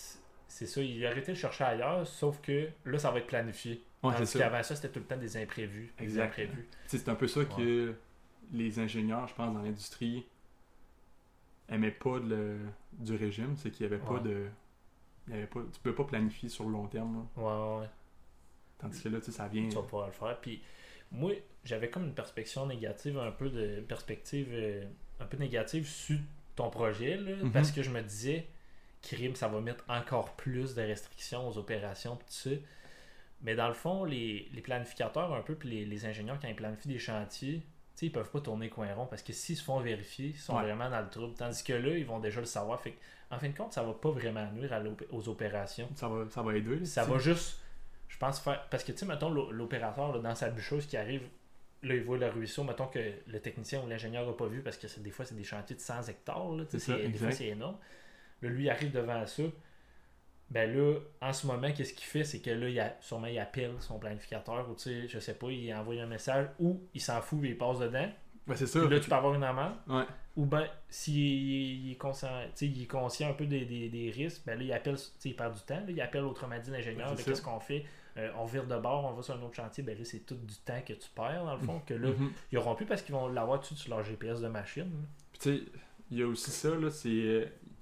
c'est ça, il a arrêté de chercher ailleurs, sauf que là, ça va être planifié. Ouais, Tandis c'est ça. qu'avant ça, c'était tout le temps des imprévus. Des Exact. imprévus. T'sais, c'est un peu ça que les ingénieurs, je pense, dans l'industrie aimaient pas de le- du régime, c'est qu'il y avait pas Ouais. de... Il y avait pas... Tu peux pas planifier sur le long terme. Là. Ouais, ouais, ouais. Tandis que là, tu sais, ça vient... Tu vas pouvoir le faire. Puis moi, j'avais comme une perspective négative, un peu de perspective euh, un peu négative sur ton projet, là, Mhm. parce que je me disais, crime, ça va mettre encore plus de restrictions aux opérations, pis tout ça. Mais dans le fond, les, les planificateurs, un peu, puis les, les ingénieurs, quand ils planifient des chantiers, tu sais, ils peuvent pas tourner coin rond parce que s'ils se font vérifier, ils sont Ouais. vraiment dans le trouble. Tandis que là, ils vont déjà le savoir. Fait que, en fin de compte, ça va pas vraiment nuire à l'op- aux opérations. Ça va, ça va aider. Là, Ça tu sais. va juste, je pense, faire. Parce que, tu sais, mettons, l'o- l'opérateur, là, dans sa bûcheuse qui arrive, là, il voit le ruisseau, mettons que le technicien ou l'ingénieur n'a pas vu parce que c'est, des fois, c'est des chantiers de cent hectares. Là, tu sais, C'est ça, c'est- des fois, exact. c'est énorme. Là, lui, il arrive devant ça. Ben là, en ce moment, qu'est-ce qu'il fait? C'est que là, il a, sûrement, il appelle son planificateur ou, tu sais, je sais pas, il envoie un message ou il s'en fout et il passe dedans. Ben, c'est ça. Puis là, tu peux avoir une amende. Ouais. Ou ben, s'il il est, conscient, tu sais, il est conscient un peu des, des, des risques, ben là, il appelle, tu sais, il perd du temps. Là, il appelle autrement dit l'ingénieur. Ouais, là, c'est qu'est-ce ça. qu'on fait? Euh, on vire de bord, on va sur un autre chantier. Ben là, c'est tout du temps que tu perds, dans le fond. Que là, Mhm. ils n'auront plus parce qu'ils vont l'avoir tout sur leur G P S de machine. là. Puis tu sais, il y a aussi ça, là, c'est... euh,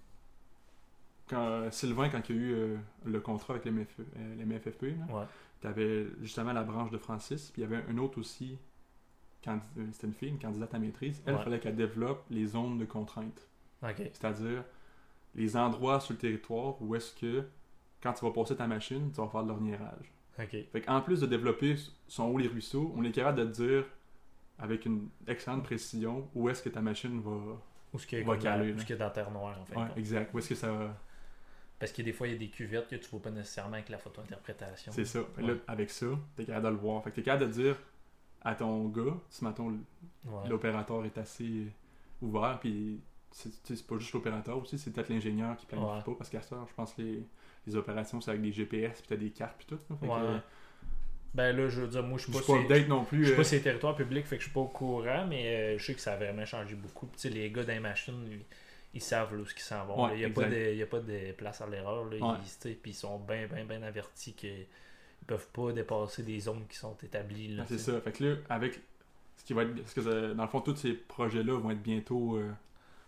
Quand Sylvain, quand il y a eu euh, le contrat avec l'M F, euh, l'M F F P, là, Ouais. t'avais justement la branche de Francis, puis il y avait un autre aussi, candi- euh, c'était une fille, une candidate à maîtrise. Elle, il Ouais. fallait qu'elle développe les zones de contrainte. OK. C'est-à-dire les endroits sur le territoire où est-ce que, quand tu vas passer ta machine, tu vas faire de l'orniérage. OK. Fait qu'en plus de développer son haut les ruisseaux, on est capable de te dire, avec une excellente précision, où est-ce que ta machine va... Ou ce qu'il y a On va comme dans- caler, ou là. ce qu'il y a dans la terre noire, en fait. Ouais, exact. Où est-ce que ça va... Parce que des fois, il y a des cuvettes que tu ne vois pas nécessairement avec la photo-interprétation. C'est ça. Fait que Ouais. là, avec ça, t'es capable de le voir. Fait que t'es capable de dire à ton gars, si mettons Ouais. l'opérateur est assez ouvert, puis c'est, tu sais, c'est pas juste l'opérateur aussi, c'est peut-être l'ingénieur qui planifie Ouais. pas, parce qu'à ça, je pense que les, les opérations, c'est avec des G P S, puis t'as des cartes, puis tout. Là. Fait que, Ouais. euh, Ben là, je veux dire, moi, je je suis suis pas, pas sur- update non plus. je suis pas euh, sur les territoires publics, fait que je suis pas au courant, mais euh, je sais que ça a vraiment changé beaucoup. Puis, tu sais, les gars dans les machines, ils, ils savent là, où ils s'en vont. Ouais, là. Il n'y a, pas exact. de- il y a pas de place à l'erreur. Là. Ouais. Ils, tu sais, puis ils sont bien, bien, bien avertis qu'ils peuvent pas dépasser des zones qui sont établies. Là, Ah, c'est tu sais. ça. Fait que là, avec ce qui va être. Parce que ça- dans le fond, tous ces projets-là vont être bientôt. euh,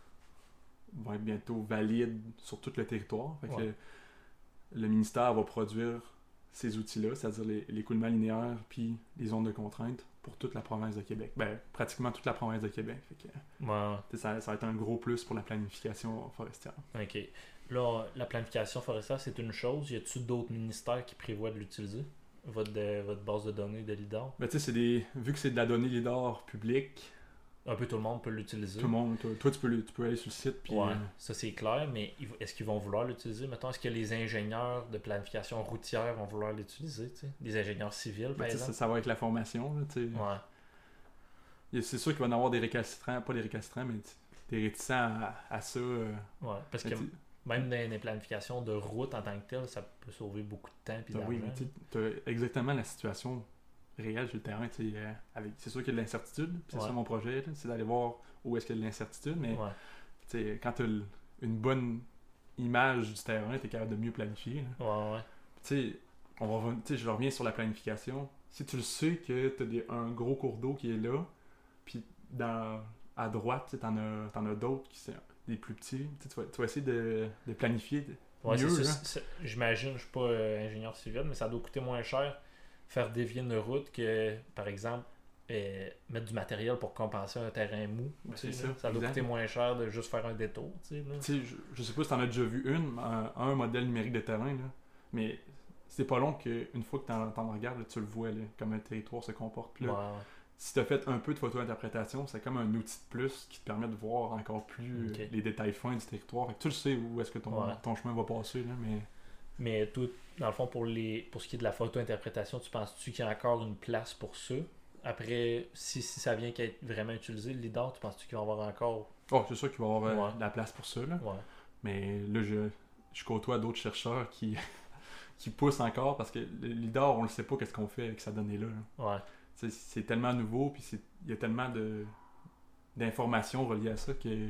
vont être bientôt valides sur tout le territoire. Fait que Ouais. le, le ministère va produire ces outils-là, c'est-à-dire les- l'écoulement linéaire puis les zones de contrainte pour toute la province de Québec. Ben, pratiquement toute la province de Québec. Fait que, Ouais. tu sais, ça, ça va être un gros plus pour la planification forestière. OK. Là, la planification forestière, c'est une chose. Y a-t-il d'autres ministères qui prévoient de l'utiliser? Votre, de- votre base de données de LIDAR? Ben, tu sais, c'est des. Vu que c'est de la donnée LIDAR publique, Un peu tout le monde peut l'utiliser. tout le monde. Toi, toi, tu, peux, le- tu peux aller sur le site. Puis, Ouais, euh, ça c'est clair, mais ils- est-ce qu'ils vont vouloir l'utiliser? Mettons, est-ce que les ingénieurs de planification routière vont vouloir l'utiliser? tu sais? Des ingénieurs civils, ben, par tu sais, ça, exemple? ça va avec la formation. Là, tu sais. Ouais, Il y a- C'est sûr qu'il va y en avoir des récalcitrants, pas des récalcitrants, mais des réticents à, à ça. euh, ouais. Parce que mais tu- même dans les planifications de route en tant que telle, ça peut sauver beaucoup de temps et t'as- d'argent. oui, mais tu as exactement la situation réelle sur le terrain. tu sais, euh, avec- C'est sûr qu'il y a de l'incertitude, puis c'est Ouais. ça mon projet, là, c'est d'aller voir où est-ce qu'il y a de l'incertitude, mais Ouais, tu sais, quand tu as une bonne image du terrain, tu es capable de mieux planifier. là. ouais, ouais. Tu sais, on va reven- tu sais, je reviens sur la planification. Si tu le sais que tu as un gros cours d'eau qui est là, puis dans, à droite, tu en as, t'en as d'autres qui sont des plus petits, tu sais, tu vas, tu vas essayer de, de planifier de- Ouais, mieux. c'est là. ça, c'est- c'est- J'imagine, je suis pas euh, ingénieur civil, mais ça doit coûter moins cher faire dévier une route que, par exemple, euh, mettre du matériel pour compenser un terrain mou. Ben, tu sais, c'est là. ça, ça doit exact. coûter moins cher de juste faire un détour. Tu sais, là. Tu sais, je, je sais pas si t'en as déjà vu une, un, un modèle numérique de terrain, là, mais c'est pas long qu'une fois que t'en, t'en regardes, là, tu le vois, là, comment le territoire se comporte. Puis là, Ouais, ouais. si t'as fait un peu de photo-interprétation, c'est comme un outil de plus qui te permet de voir encore plus Ok. euh, les détails fins du territoire. Fait que tu le sais où est-ce que ton, Ouais. ton chemin va passer, là, mais... Mais tout, dans le fond, pour les pour ce qui est de la photo-interprétation, tu penses-tu qu'il y a encore une place pour ça? Après, si, si ça vient qu'à être vraiment utilisé, le LIDAR, tu penses-tu qu'il va y avoir encore... Oh, c'est sûr qu'il va y avoir euh, Ouais. de la place pour ça, là. Ouais, Mais là, je, je côtoie d'autres chercheurs qui, qui poussent encore parce que le LIDAR, on ne sait pas qu'est-ce qu'on fait avec sa donnée-là. là. ouais, Tu sais, c'est tellement nouveau, puis c'est- il y a tellement de d'informations reliées à ça que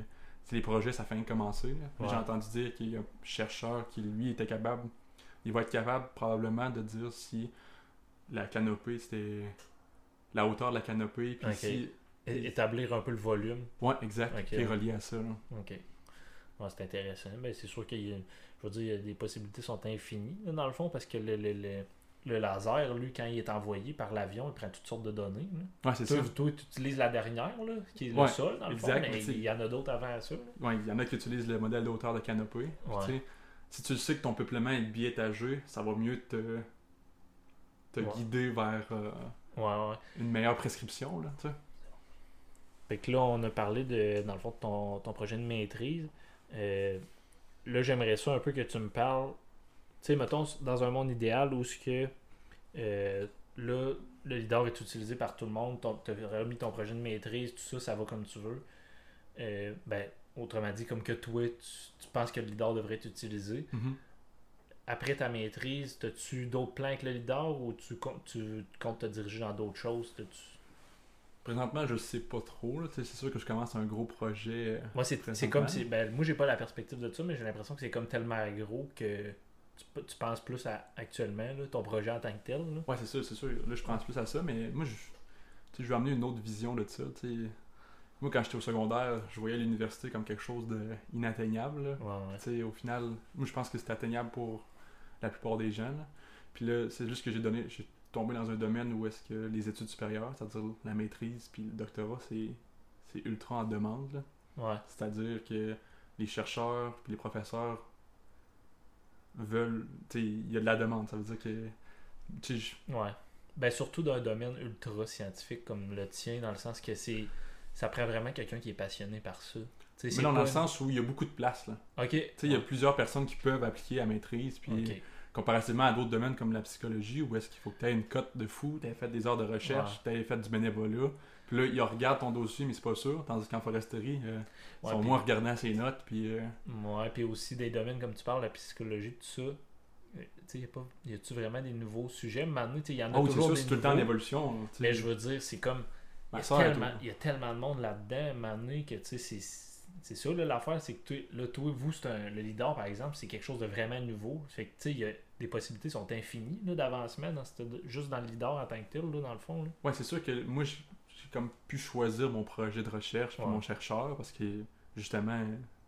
les projets, ça fait rien commencer. Là. Ouais. J'ai entendu dire qu'il y a un chercheur qui, lui, était capable, il va être capable probablement de dire si la canopée, c'était la hauteur de la canopée, puis Ok. si... É- Établir un peu le volume. Ouais, exact, Ok, qui est ouais. relié à ça. Là. Ok. Ouais, c'est intéressant. Ben, c'est sûr qu'il y a, je veux dire, les possibilités sont infinies, là, dans le fond, parce que le, le, le, le laser, lui, quand il est envoyé par l'avion, il prend toutes sortes de données. Là. Ouais, c'est Toi, ça. toi, tu utilises la dernière, là, qui est Ouais, le sol, dans le exact, fond, mais mais tu sais- il y en a d'autres avant ça. Là. Ouais, il y en a qui utilisent le modèle de hauteur de canopée. Puis, Ouais. tu sais, si tu sais que ton peuplement est biétagé, ça va mieux te, te Ouais. guider vers euh, Ouais, ouais. une meilleure prescription. Là, tu sais. Fait que là, on a parlé, de, dans le fond, de ton, ton projet de maîtrise. Euh, là, j'aimerais ça un peu que tu me parles. Tu sais, mettons, dans un monde idéal où ce que euh, là, le leader est utilisé par tout le monde, tu as remis ton projet de maîtrise, tout ça, ça va comme tu veux. Euh, ben, autrement dit, comme que toi, tu, tu penses que le leader devrait être utilisé. Mhm. Après ta maîtrise, as-tu d'autres plans avec le leader ou tu, com- tu comptes te diriger dans d'autres choses? T'as-tu- Présentement, je sais pas trop. Là, tu sais, c'est sûr que je commence un gros projet. euh, Moi, c'est c'est présentement. comme si. Ben, moi, j'ai pas la perspective de ça, mais j'ai l'impression que c'est comme tellement gros que tu, pe- tu penses plus à actuellement, là, ton projet en tant que tel. Là. Ouais, c'est sûr, c'est sûr. Là, je pense plus à ça, mais moi, je, tu sais, je veux amener une autre vision de ça. Tu sais. Moi, quand j'étais au secondaire, je voyais l'université comme quelque chose d'inatteignable. là. Ouais, ouais. Tu sais, au final, moi, je pense que c'est atteignable pour la plupart des gens. là. Puis là, c'est juste que j'ai donné, j'ai tombé dans un domaine où est-ce que les études supérieures, c'est-à-dire la maîtrise puis le doctorat, c'est, c'est ultra en demande. là. Ouais. C'est-à-dire que les chercheurs puis les professeurs veulent, tu sais, il y a de la demande. Ça veut dire que, tu sais, je- Ouais. Ben, surtout dans un domaine ultra scientifique comme le tien, dans le sens que c'est. Ça prend vraiment quelqu'un qui est passionné par ça. Tu sais, mais c'est non, dans pas le une- sens où il y a beaucoup de place. Là. Ok. Tu sais, il y a plusieurs personnes qui peuvent appliquer à maîtrise, puis Ok. comparativement à d'autres domaines comme la psychologie, où est-ce qu'il faut que tu aies une cote de fou, tu aies fait des heures de recherche, tu aies fait du bénévolat, puis là, ils regardent ton dossier, mais c'est pas sûr, tandis qu'en foresterie, euh, ils Ouais, sont puis- moins regardants ses notes, puis... euh, Ouais, puis aussi des domaines comme tu parles, la psychologie, tout ça. Euh, Tu sais, y a pas. Y a-tu vraiment des nouveaux sujets? Maintenant, tu sais, il y en a Oh, c'est toujours sûr, des c'est tout le temps en nouveaux, évolution. tu sais. mais je veux dire, c'est comme. Il y, Ma a sœur, elle, tellement, toi. il y a tellement de monde là-dedans, Mané, que tu sais, c'est, c'est ça là, l'affaire, c'est que toi, là, toi, vous, c'est un, le leader, par exemple, c'est quelque chose de vraiment nouveau. Fait que tu sais, il y a, les possibilités sont infinies là, d'avancement dans cette- juste dans le leader en tant que tel, là, dans le fond. Là. Ouais, c'est sûr que moi, j'ai j'ai comme pu choisir mon projet de recherche puis Ouais. mon chercheur, parce que, justement,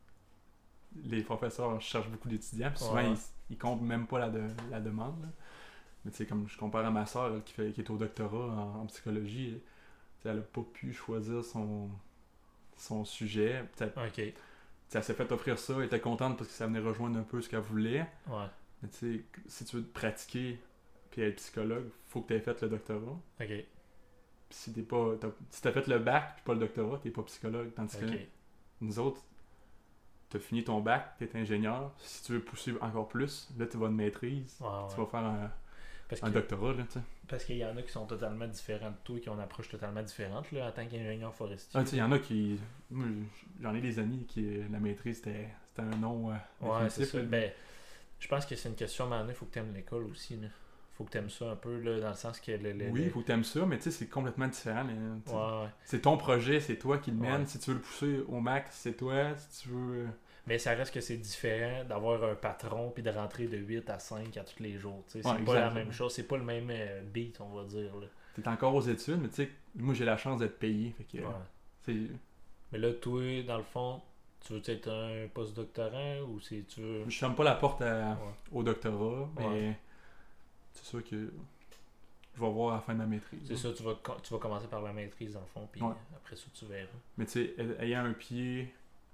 les professeurs cherchent beaucoup d'étudiants, puis souvent, Ouais. ils, ils comptent même pas la, de- la demande. là. Mais tu sais, comme je compare à ma soeur, elle, qui, fait, qui est au doctorat en, en psychologie, tu sais, elle a pas pu choisir son, son sujet. Tu sais, Ok. Ouais. elle s'est fait offrir ça, elle était contente parce que ça venait rejoindre un peu ce qu'elle voulait. Mais tu sais, si tu veux te pratiquer puis être psychologue, faut que tu aies fait le doctorat. Ok. Puis si t'es pas, t'as, si t'as fait le bac puis pas le doctorat, t'es pas psychologue. Tandis Ok. que nous autres, t'as fini ton bac, t'es ingénieur. Si tu veux pousser encore plus, là tu vas de maîtrise. Ouais, ouais. Tu vas faire un, Parce un que- doctorat, là, tu sais. Parce qu'il y en a qui sont totalement différents de toi, qui ont une approche totalement différente là, en tant qu'ingénieur forestier. Ah, tu sais, il y en a qui. Moi, j'en ai des amis qui. La maîtrise, c'était, c'était un nom. Euh, Ouais, c'est définitif, ça. là. Ben, je pense que c'est une question, mais il faut que tu aimes l'école aussi. Là. Faut que tu aimes ça un peu, là, dans le sens que... Le, le- Oui, il le- faut que t'aimes ça, mais tu sais, c'est complètement différent. mais, tu sais, Ouais, ouais. C'est ton projet, c'est toi qui le mène. Ouais. Si tu veux le pousser au max, c'est toi. Si tu veux. euh, Mais ça reste que c'est différent d'avoir un patron puis de rentrer de huit à cinq à tous les jours. tu sais. C'est Ouais, pas la exact. même chose, c'est pas le même euh, beat, on va dire. Là. T'es encore aux études, mais tu sais, moi j'ai la chance d'être payé. Fait que, Ouais. c'est... Mais là, toi, dans le fond, tu veux être un post-doctorant ou c'est tu veux. Je ferme pas la porte à- Ouais. au doctorat, mais Ouais. c'est sûr que je vais voir à la fin de ma maîtrise. C'est ça, tu vas, co- tu vas commencer par la maîtrise dans le fond, puis Ouais. après ça, tu verras. Mais tu sais, ay- ayant un pied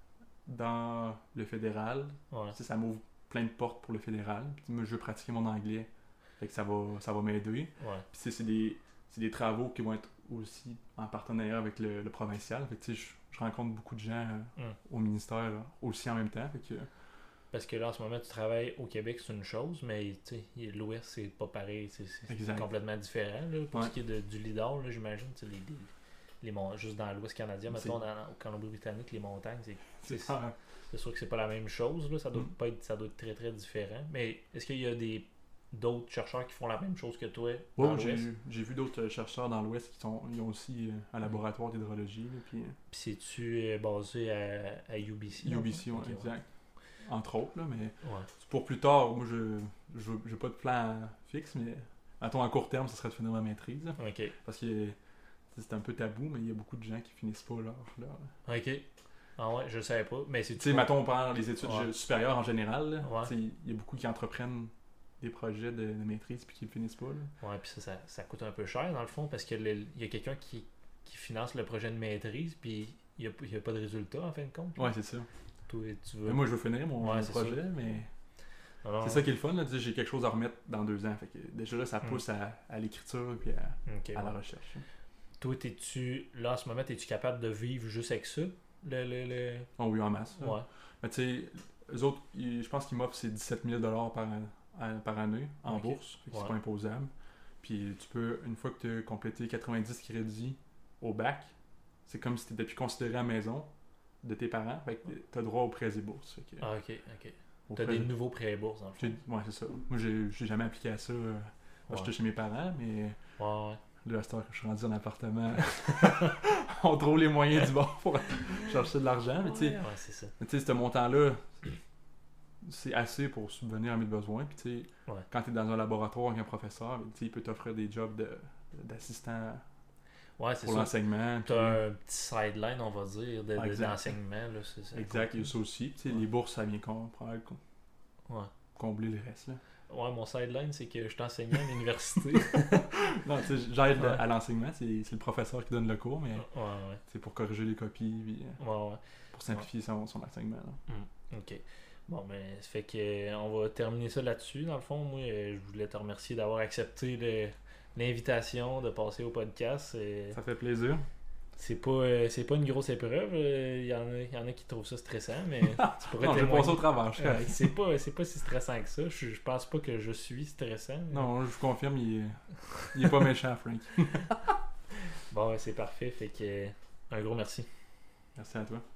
dans le fédéral, Ouais. tu sais, ça m'ouvre plein de portes pour le fédéral. Puis moi, je veux pratiquer mon anglais. Fait que ça va, ça va m'aider. Ouais. Puis tu sais, c'est des, c'est des travaux qui vont être aussi en partenariat avec le, le provincial. Fait que tu sais, je, je rencontre beaucoup de gens euh, Mm. au ministère euh, aussi en même temps. Fait que, Parce que là, en ce moment, tu travailles au Québec, c'est une chose, mais tu sais, l'Ouest, c'est pas pareil. C'est c'est Exact. complètement différent. Là, pour Ouais. ce qui est de- du leader, là, j'imagine. tu sais, Les, les, les mon- juste dans l'Ouest canadien, C'est- mettons, dans, au Colombie-Britannique, les montagnes, c'est c'est c'est- ça. c'est sûr que c'est pas la même chose. Là, ça, doit Mm. pas être, ça doit être très très différent. Mais est-ce qu'il y a des, d'autres chercheurs qui font la même chose que toi Ouais, dans j'ai, l'Ouest? j'ai vu d'autres chercheurs dans l'Ouest qui sont, ils ont aussi euh, un laboratoire d'hydrologie. Là, puis euh, Puis c'est-tu euh, basé à, à U B C? U B C, ouais, Ok, exact. Entre autres, là, mais Ouais. c'est pour plus tard. Moi, je je veux- j'ai pas de plan fixe, mais mettons à court terme, ce serait de finir ma maîtrise. Là, Ok. parce que c'est un peu tabou, mais il y a beaucoup de gens qui finissent pas leur. leur... Ok. Ah ouais, je le savais pas. Mais c'est Tu sais, mettons, on prend les études Ouais. supérieures en général. là, Ouais. tu sais, il y a beaucoup qui entreprennent des projets de, de maîtrise puis qui le finissent pas. Là. Ouais, puis ça, ça, ça coûte un peu cher dans le fond parce que le- il y a quelqu'un qui, qui finance le projet de maîtrise, puis il n'y a, a pas de résultat en fin de compte. Ouais, c'est ça. Toi, tu veux. Mais moi, je veux finir mon, Ouais, mon c'est projet, mais Alors, c'est ça qui est le fun. Là, tu sais, j'ai quelque chose à remettre dans deux ans. Fait que déjà là, ça Mm. pousse à, à l'écriture puis à, Ok, à la ouais. recherche. Toi, t'es-tu. Là, en ce moment, es-tu capable de vivre juste avec ça? Le. le, le... Oh oui, en masse. là. Ouais. Mais tu sais, eux autres, ils- je pense qu'ils m'offrent c'est dix-sept mille dollars par, an- par année en Ok. bourse. Fait que Ouais. c'est pas imposable. Puis tu peux, une fois que tu as complété quatre-vingt-dix crédits au bac, c'est comme si tu étais plus considéré à la maison de tes parents. Fait que tu as droit aux prêts et bourses. Fait que, Ah, ok, ok. aux T'as prêts- des nouveaux prêts et bourses, dans le fond. j'ai- Ouais, c'est ça. Moi, j'ai j'ai jamais appliqué à ça euh, quand Ouais. j'étais chez mes parents, mais Ouais, ouais. là, à cette heure que je suis rendu en appartement, on trouve les moyens du bord pour chercher de l'argent. Mais tu sais, Ouais, ouais, c'est ça. mais tu sais, ce montant-là, c'est assez pour subvenir à mes besoins. Puis, tu sais, Ouais. quand tu es dans un laboratoire avec un professeur, tu sais, il peut t'offrir des jobs de- d'assistant Ouais, c'est pour ça. l'enseignement. puis- T'as un petit sideline, on va dire, de, de- Exact. d'enseignement. Là, c'est ça. Exact, il y a ça aussi. Puis, tu sais, Ouais. les bourses, ça vient com- com- Ouais. combler le reste. Là. Ouais, mon sideline, c'est que je suis enseignant à l'université. Non, tu sais, j'aide Ouais. à l'enseignement, c'est c'est le professeur qui donne le cours, mais Ouais, ouais. c'est pour corriger les copies, puis euh, Ouais, ouais. pour simplifier son, son enseignement. là. Hmm, ok. Bon, ben, ça fait que euh, on va terminer ça là-dessus. Dans le fond, moi, euh, je voulais te remercier d'avoir accepté le- l'invitation de passer au podcast. Euh, Ça fait plaisir. C'est pas, euh, c'est pas une grosse épreuve. Il y, en a- y en a qui trouvent ça stressant, mais tu pourrais Non, je vais témoigner. passer au travers. je suis Euh, correct. c'est pas, c'est pas si stressant que ça. Je, je pense pas que je suis stressant. mais- Non, je vous confirme, il est, il est pas méchant, Frank. Bon, ouais, c'est parfait. Fait que, euh, un gros merci. Merci à toi.